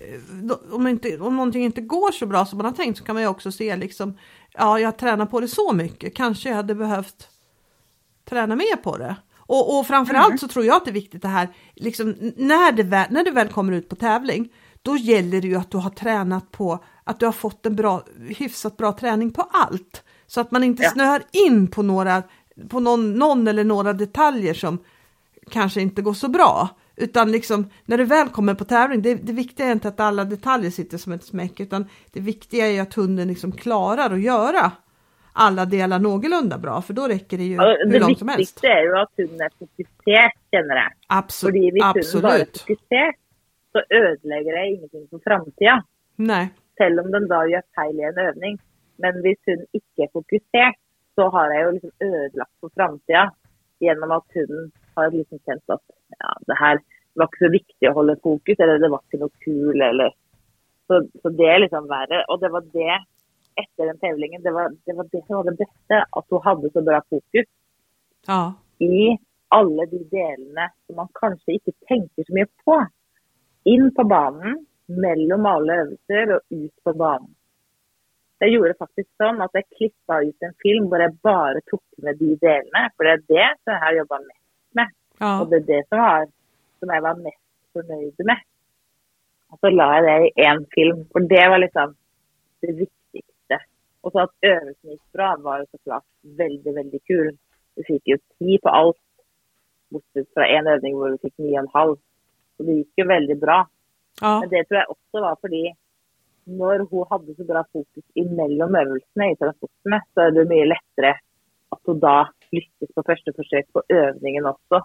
Om, inte, om någonting inte går så bra som man har tänkt, så kan man ju också se liksom, ja, jag tränar på det så mycket. Kanske jag hade behövt träna mer på det. Och, och framförallt mm. så tror jag att det är viktigt det här, liksom, när, det väl, när du väl kommer ut på tävling, då gäller det ju att du har tränat på, att du har fått en bra, hyfsat bra träning på allt. Så att man inte ja. snör in på några, på någon, någon eller några detaljer som kanske inte går så bra. Utan liksom, när du väl kommer på tävling, det, det viktiga är inte att alla detaljer sitter som ett smäck, utan det viktiga är att hunden liksom klarar att göra alla delar någorlunda bra, för då räcker det ju ja, hur långt som helst. Det viktigaste är ju att hunden är fokuserad, känner jag. Absolut. Fordi hvis Absolut. hunden bara är fokuserad, så ödelägger det ingenting för framtiden. Nej. Selv om den då gör fel i en övning. Men om hunden inte är fokuserad, så har jag ju liksom ödelagt för framtiden genom att hunden har liksom känt att ja, det här var inte så viktigt att hålla fokus, eller det var inte något kul, eller så, så det är liksom värre. Och det var det efter den tävlingen, det var det var det som var det bästa, att du hade så bra fokus ja. i alla de delarna som man kanske inte tänker så mycket på. In på banan, mellan alla övningar och ut på banan. Jag gjorde faktiskt så att jag klippade ut en film där jag bara tog med de delarna, för det är det som jag har jobbat mest med. Ja. Och det är det som, har, som jag var mest förnöjd med. Och så la jag det i en film, för det var liksom det viktigaste. Och så att övelsen gick bra var ju såklart väldigt, väldigt kul. Vi fick ju tio på allt, bortsett från en övning där vi fick nio och en halv. Så det gick ju väldigt bra. Ja. Men det tror jag också var fordi när hon hade så bra fokus emellan övningarna i transporterna, så är det mycket lättare att hon då lyckas på första försök på övningen också.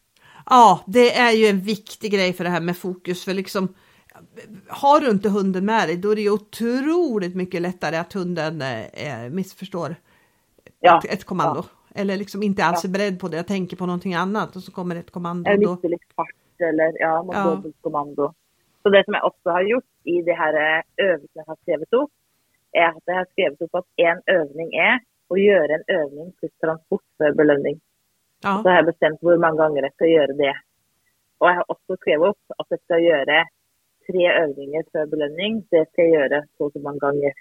Ja, det är ju en viktig grej för det här med fokus, för liksom har du inte hunden med dig, då är det ju otroligt mycket lättare att hunden eh, missförstår ja. ett, ett kommando. Ja. Eller liksom inte alls ja. är beredd på det. Jag tänker på någonting annat och så kommer ett kommando. Eller lite lite fart eller ja, något ja. dubbelkommando. Så det som jag också har gjort i det här övningen jag har skrivit upp, är att jag har skrivit upp att en övning är att göra en övning plus transport för belöning. Ja. Så har jag bestämt hur många gånger jag ska göra det. Och jag har också skrivit upp att jag ska göra tre övningar för belöning. Det ska jag göra så många gånger.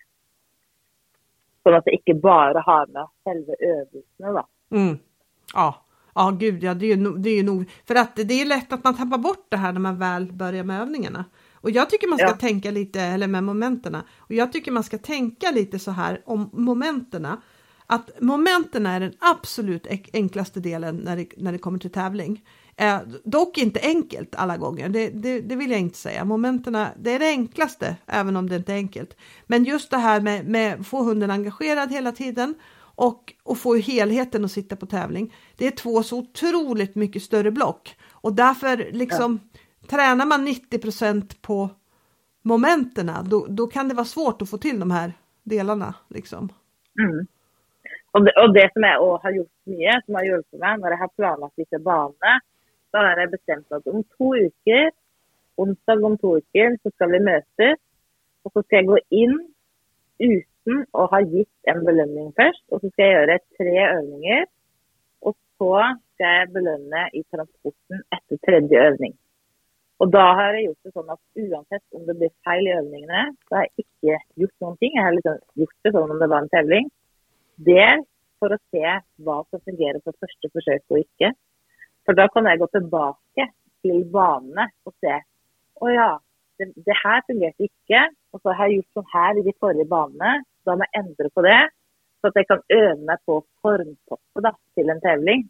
Så att jag inte bara har med själva övningarna. Mm. Ja. Ja, gud, ja, det är, ju, det är ju nog, för att det är lätt att man tappar bort det här när man väl börjar med övningarna. Och jag tycker man ska ja. tänka lite, eller med momenterna. Och jag tycker man ska tänka lite så här om momenterna. Att momenterna är den absolut enklaste delen när det, när det kommer till tävling. Eh, dock inte enkelt alla gånger, det, det, det vill jag inte säga. Momenterna, det är det enklaste, även om det inte är enkelt. Men just det här med, med att få hunden engagerad hela tiden och, och få helheten att sitta på tävling. Det är två så otroligt mycket större block. Och därför liksom ja. tränar man nittio procent på momenterna, då, då kan det vara svårt att få till de här delarna. Liksom. Mm. Och, det, och det som jag och har gjort mycket, som har hjälpt mig när jag har planlagt lite banor, så har jag bestämt att om två veckor, onsdag om två veckor, så ska vi mötas. Och så ska jag gå in utan att ha gitt en belöning först. Och så ska jag göra tre övningar. Och så ska jag belöna i transporten efter tredje övning. Och då har jag gjort det så att oavsett om det blir fel i övningarna, så har jag inte gjort någonting. Jag har liksom gjort det som om det var en tävling. Det är för att se vad som fungerar på första försök och inte. För då kan jag gå tillbaka till banan och se, åh ja, det, det här fungerar inte. Och så har jag gjort så här i de förra banorna. Då har jag ändrat på det. Så att jag kan öva mig på formtoppa till en tävling.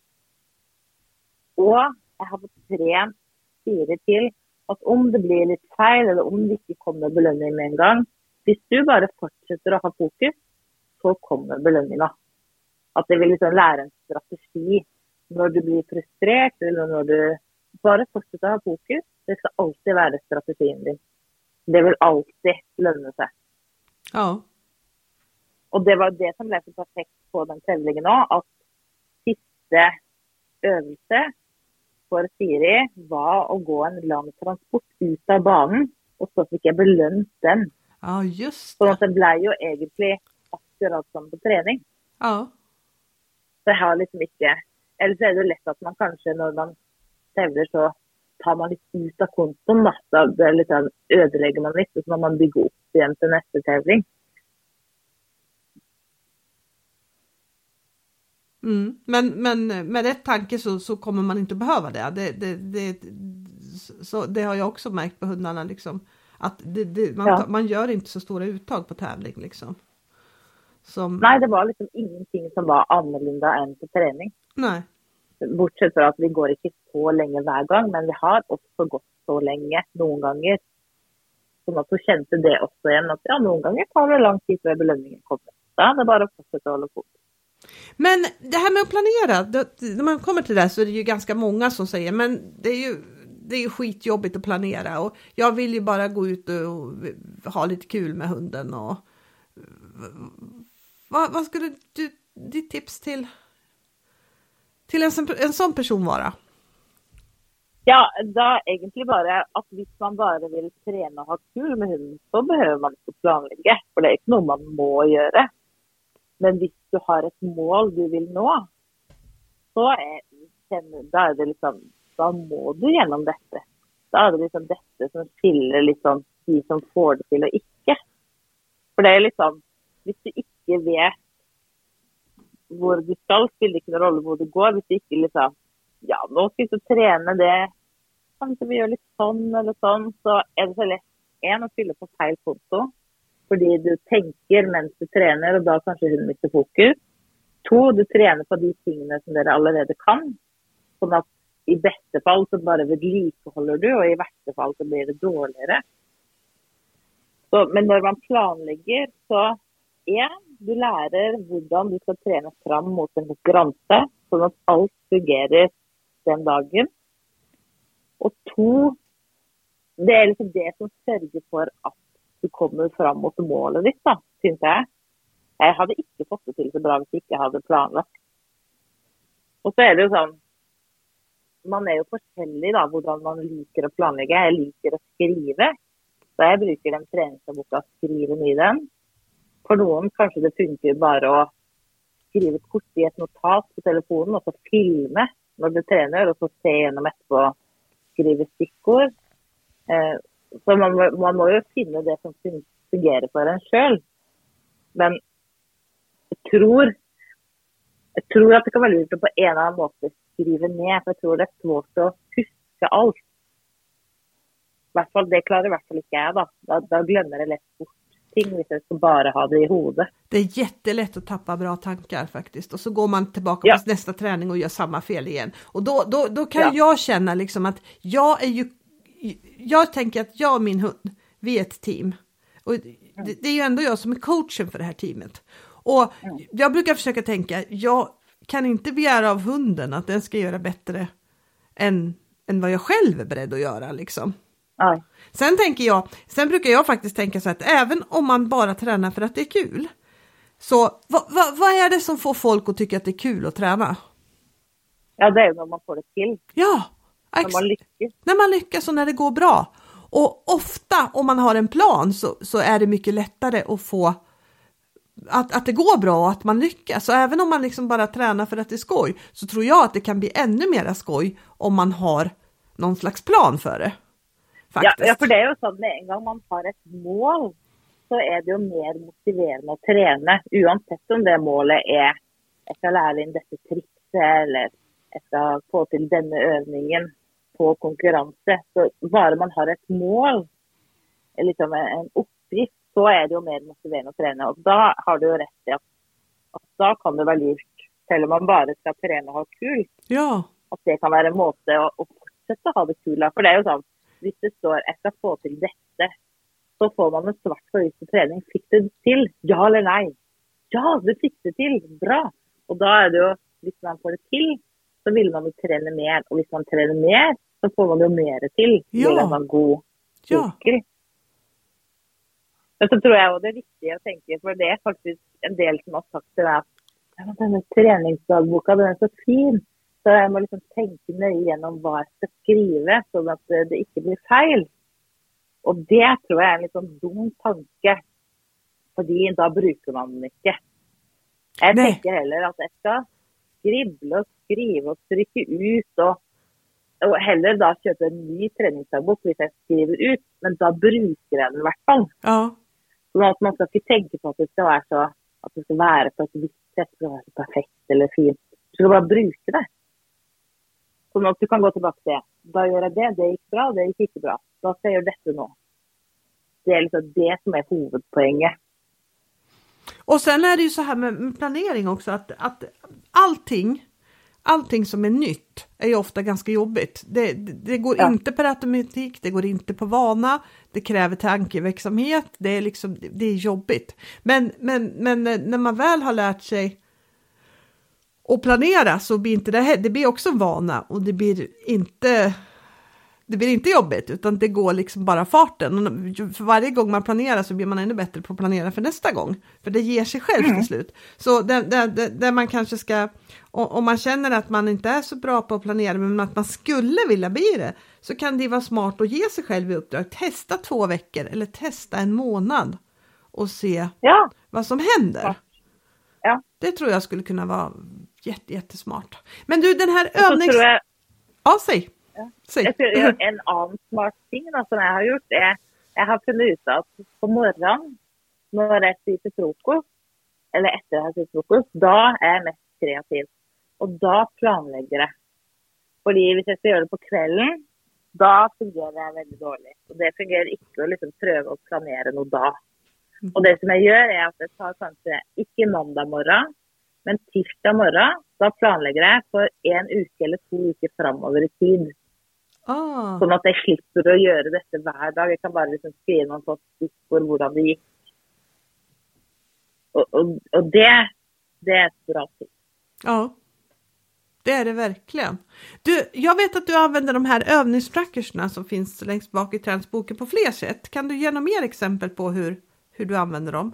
Och jag har fått tre fyra till att om det blir lite fel eller om det inte kommer belöning med en gång, Hvis du bare fortsetter å ha fokus, så kommer belønningen. At det vil liksom lære en strategi når du blir frustrert, eller når du bare fortsetter å ha fokus. Det skal alltid være strategien din. Det vil alltid lønne seg. Ja. Og det var det som ble så perfekt på den tevlingen nå, at siste øvelse for Siri var å gå en lang transport ut av banen, og så fikk jeg belønt den. Ja, just Så det. det ble jo egentlig akkurat som på trening. Ja. Så jeg har liksom ikke, ellers er det jo lett at man kanskje når man tevler så tar man litt ut av kontoen da, da det er litt sånn ødelegger man litt, så må man bygge opp igjen til neste tevling. Mm. Men, men med rätt tanke så, så kommer man inte behöva det. Det, det, det, så det har jag också märkt på hundarna. Liksom. Att det, det, man, Ja. man gör inte så stora uttag på tävling. Liksom. Som, Nej, det var liksom ingenting som var annorlunda än på träning. nej. Bortsett från att vi går inte så länge hver gang, men vi har också gått så länge noen ganger. Så så kjente det också igen att ja, noen ganger tar det lång tid før belønningen kommer. Da er det bare å fortsette å holde fokus. Men det här med att planera, det, när man kommer till det så är det ju ganska många som säger, men det är ju, det är ju skitjobbigt att planera och jag vill ju bara gå ut och ha lite kul med hunden. Och, vad, vad skulle du, ditt tips till, till en, sån- en sån person vara? Ja, da egentlig bare at hvis man bare vil trene og ha kul med hunden, så behøver man ikke planlegge, for det er ikke noe man må gjøre. Men hvis du har et mål du vil nå, så er, da er det liksom, da må du gjennom dette. Da er det liksom dette som skiller liksom de som får det til og ikke. For det er liksom, hvis du ikke vet hvor du skal, spiller det ikke noen rolle hvor du går, hvis du ikke liksom, ja, nå skal du trene det, kanskje vi gjør litt sånn eller sånn, så er det så lett, en, å fylle på feil konto, fordi du tenker mens du trener, og da kanskje hun mister fokus. To, du trener på de tingene som dere allerede kan, sånn at i beste fall så bare vedlikeholder du, og i verste fall så blir det dårligere. Så, men når man planlegger, så en, du lærer hvordan du skal trene fram mot en konkurranse, sånn at alt fungerer den dagen. Og to, det er liksom det som sørger for at du kommer fram mot målet ditt, da, synes jeg. Jeg hadde ikke fått det til så bra hvis jeg ikke hadde planlagt. Og så er det jo sånn, man er jo forskjellig da, hvordan man liker å planlegge. Jeg liker å skrive, så jeg bruker den treningsboka å skrive mye i den. For noen kanskje det funker bare å skrive et kort i et notat på telefonen, og så filme når du trener, og så se gjennom etterpå skrive stikkord. Eh, så man, må- man må jo finne det som fun- fungerer for en selv. Men jeg tror, jeg tror at det kan være lurt å på en eller annen måte skrive ned, for jeg tror det er svårt å huske alt. I hvert fall, det klarer i hvert fall ikke jeg da. Da, da glemmer jeg lett bort ting hvis jeg skal bare ha det i hodet. Det är jättelätt att tappa bra tankar faktiskt. Och så går man tillbaka Ja. på nästa träning och gör samma fel igen. Och då, då, då kan Ja. jag känna liksom att jag är ju... Jag tänker att jag och min hund, vi är ett team. Och det, det är ju ändå jag som är coachen för det här teamet. Och jag brukar försöka tänka, jag kan inte begära av hunden att den ska göra bättre än, än vad jag själv är beredd att göra liksom. Oj. Sen tänker jag, sen brukar jag faktiskt tänka så att även om man bara tränar för att det är kul, så vad, vad, vad är det som får folk att tycka att det är kul att träna? Ja, det er jo når man får det til. Ja, Når ex- man lykkes. när man lyckas och när det går bra. Och ofta om man har en plan så, så är det mycket lättare att få att, att det går bra och att man lyckas. Så även om man liksom bara tränar för att det är skoj, så tror jag att det kan bli ännu mer skoj om man har någon slags plan för det. Ja, Faktiskt. ja, for det er jo sånn, med en gang man har et mål, så er det jo mer motiverende å trene, uansett om det målet er, jeg skal lære inn dette trikset, eller jeg skal få til denne øvningen på konkurranse. Så bare man har et mål, liksom en oppskrift, så er det jo mer motiverende å trene. Og da har du jo rett i at, at da kan det være lurt, selv om man bare skal trene og ha kul, Ja, at det kan være en måte å, å fortsette å ha det kul. For det er jo sånn, hvis det står, jeg skal få til dette, så får man en svart på vitt på träning. Fick du det till? Ja eller nej? Ja, du fick det till. Bra. Och då är det ju, om man får det till, så vill man ju träna mer. Och om man tränar mer, så får man ju mer till. Ja. Det är en god Ja. cykel. Men så tror jag att det är viktigt att tänka, för det är faktiskt en del som har sagt till mig att ja, den här träningsdagboken, den är så fin. Så jag måste liksom tänka nöje igenom vad jag ska skriva så att det inte blir fel. Och det tror jag är en liksom dum tanke. För då brukar man den inte. Jag Nej. tänker heller att jag ska skribbla och skriva och trycka ut och, och heller då köpa en ny träningsdagbok om jag skriver ut. Men då brukar jag den i alla fall. Ja. Så att man ska inte tänka på att det ska vara så, att det ska vara på ett visst sätt, för att vara så perfekt eller fint. Du ska bara bruka det. Så att du kan gå tillbaka till det. Då gör jag det, det gick bra, det gick inte bra. Då ska jag göra detta nu. Det är liksom det som är huvudpoängen. Och sen är det ju så här med planering också, att, att allting, allting som är nytt är ju ofta ganska jobbigt. Det, det, det går Ja. inte per automatik, det går inte på vana, det kräver tankeverksamhet, det är liksom, det är jobbigt. Men, men, men när man väl har lärt sig att planera så blir inte det, det blir också vana och det blir inte... Det blir inte jobbigt, utan det går liksom bara farten. Och för varje gång man planerar så blir man ännu bättre på att planera för nästa gång. För det ger sig själv till slut. Så där, där, där man kanske ska, om man känner att man inte är så bra på att planera, men att man skulle vilja bli det, så kan det vara smart att ge sig själv i uppdrag. Testa två veckor eller testa en månad och se Ja. vad som händer. Ja. Ja. Det tror jag skulle kunna vara jätte, jättesmart. Men du, den här Och så övnings... tror jag, Ja, säg. Säg. jag tror jag, en annan smart ting då, som jag har gjort är, jag har funnit ut att på morgonen, när jag spiser frukost, eller efter jag har spiser frukost, då är jag mest kreativ. Och då planlägger jag. För om jag ska göra det på kvällen, då fungerar det väldigt dåligt. Och det fungerar inte att liksom pröva att planera något dag. Och det som jag gör är att jag tar kanske inte måndag morgon, men tisdag morgon, då planlägger jag för en uke eller två veckor framöver i tid. Ah. Så att jag slipper att göra detta varje dag. Jag kan bara liksom skriva någon sorts stickor hur det gick. Och, och, och det, det är ett bra tips. Ja, det är det verkligen. Du, jag vet att du använder de här övningstrackersna som finns längst bak i träningsboken på fler sätt. Kan du ge några mer exempel på hur, hur du använder dem?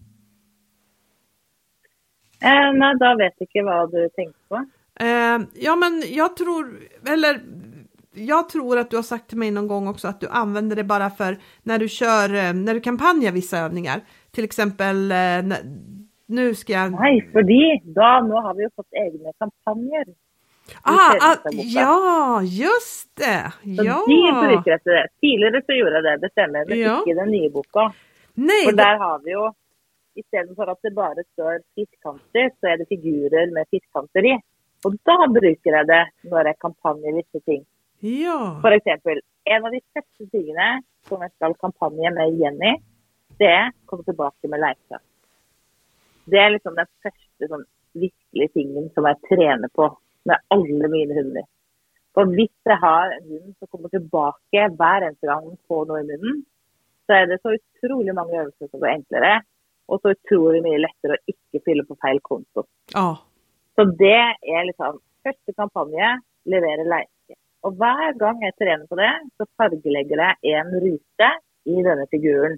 Eh, nej, då vet jag inte vad du tänkte på. Eh, ja, men jag tror, eller jag tror att du har sagt till mig någon gång också att du använder det bara för när du kör, eh, när du kampanjar vissa övningar. Till exempel, eh, nu ska jag... Nej, för då, nu har vi ju fått egna kampanjer. Ah, ah, ja, just det. Så ja. de brukar efter det. Tidigare så gjorde det, det stämmer, men Ja. inte den nya boken. Nej, För det... där har vi ju, istället för att det bara står fiskkanter, så är det figurer med fiskkanter i. Och då brukar jag det när jag kampanjer vissa ting. Ja. För exempel, en av de första tingene som jag ska kampanja med Jenny, det är att komma tillbaka med lekar. Det är liksom den första sån viktiga tingen som jag tränar på med alla mina hundar. För om jag har en hund som kommer tillbaka varje gång på något i munnen, så är det så otroligt många övningar som är enklare och så otroligt mycket lättare att inte fylla på fel konto. Ja. Så det är liksom första kampanje, leverera lekar. Och varje gång jag tränar på det så fargelägger jag en ruta i denna figuren.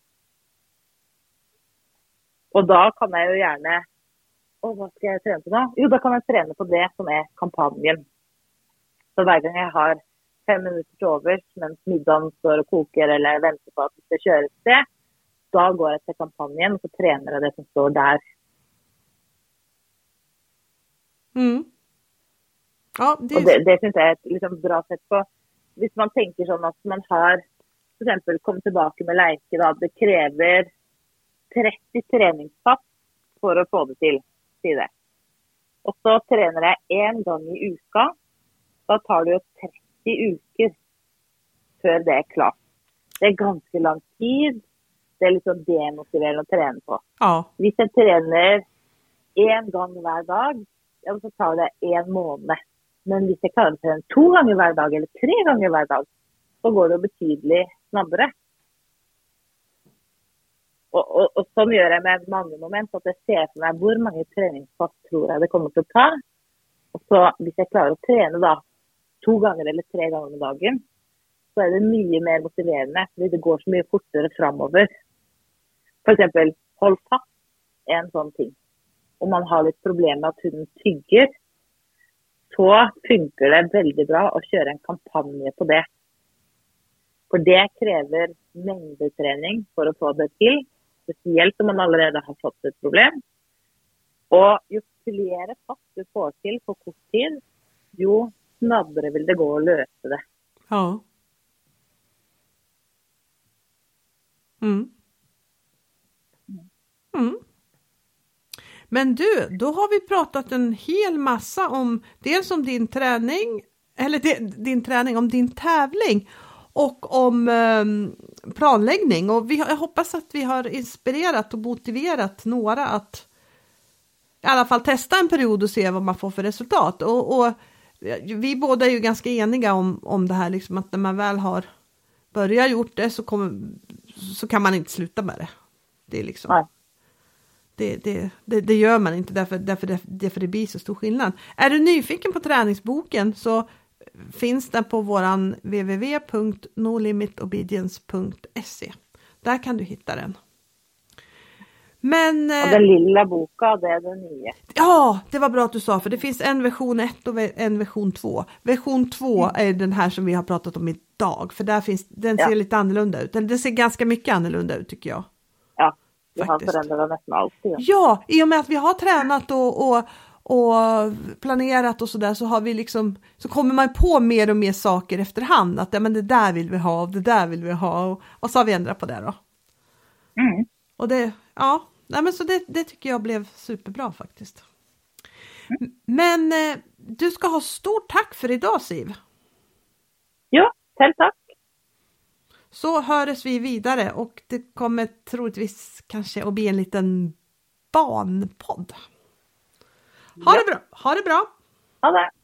Och då kan jag ju gärna, åh, vad ska jag träna på då? Jo, då kan jag träna på det som är kampanjen. Så varje gång jag har fem minuter till övers, men middagen står och kokar eller väntar på att det ska köras det, då går jag till kampanjen och så tränar jag det som står där. Mm. Ja, det, Och det, det syns jag är ett liksom bra sätt på. Om man tänker så att man har, till exempel, kommit tillbaka med lekar, det kräver trettio träningspass för att få det till, till det. Och så tränar jag en gång i uka. Då tar det ju trettio veckor för det är klart. Det är ganska lång tid. Det är liksom demotiverande att träna på. Ja. Om jag tränar en gång varje dag, ja, så tar det en månad. Men om jag kan träna två gånger varje dag eller tre gånger varje dag, så går det betydligt snabbare. Och, och, och sånn gjør jeg med mange moment, at jeg ser for meg hvor mange treningspass tror jeg det kommer til å ta. Og så hvis jeg klarer å trene da to ganger eller tre ganger om dagen, så er det mye mer motiverende, fordi det går så mye fortere fremover. For eksempel, hold fast er en sånn ting. Om man har litt problem med at hunden tygger, så funker det veldig bra å kjøre en kampanje på det. For det krever mengdetrening for å få det til, spesielt om man allerede har fått et problem. Og jo flere fast du får til på kort tid, jo snabbare vill det gå att lösa det. Ja. Mm. Mm. Men du, då har vi pratat en hel massa om dels om din träning, eller din, din träning, om din tävling och om eh, planläggning. Och vi, jag hoppas att vi har inspirerat och motiverat några att i alla fall testa en period och se vad man får för resultat. Och, och vi båda är ju ganska eniga om, om det här, liksom att när man väl har börjat gjort det så, kommer, så kan man inte sluta med det. Det är liksom... Nej. Det, det, det, det gör man inte därför, därför, det, därför det blir så stor skillnad. Är du nyfiken på träningsboken så finns den på våran w w w punkt no limit obedience punkt se. Där kan du hitta den. Men, och den lilla boken, det är den nya. Ja, det var bra att du sa, för det finns en version ett och en version två. Version två mm. är den här som vi har pratat om idag, för där finns, den ser ja. lite annorlunda ut. Den ser ganska mycket annorlunda ut tycker jag. Ja, vi har förändrat nästan allt. Ja. ja, i och med att vi har tränat och, och, och planerat och sådär, så har vi liksom, så kommer man på mer och mer saker efterhand. Att ja, men det där vill vi ha och det där vill vi ha. Och, och så har vi ändrat på det då. Mm. Och det, ja, nej, men så det, det tycker jag blev superbra faktiskt. Mm. Men eh, du ska ha stort tack för idag, Siv. Ja, själv tack. Så hörs vi vidare och det kommer troligtvis kanske att bli en liten barnpodd. Ha ja. det bra. Ha det bra. Ha det.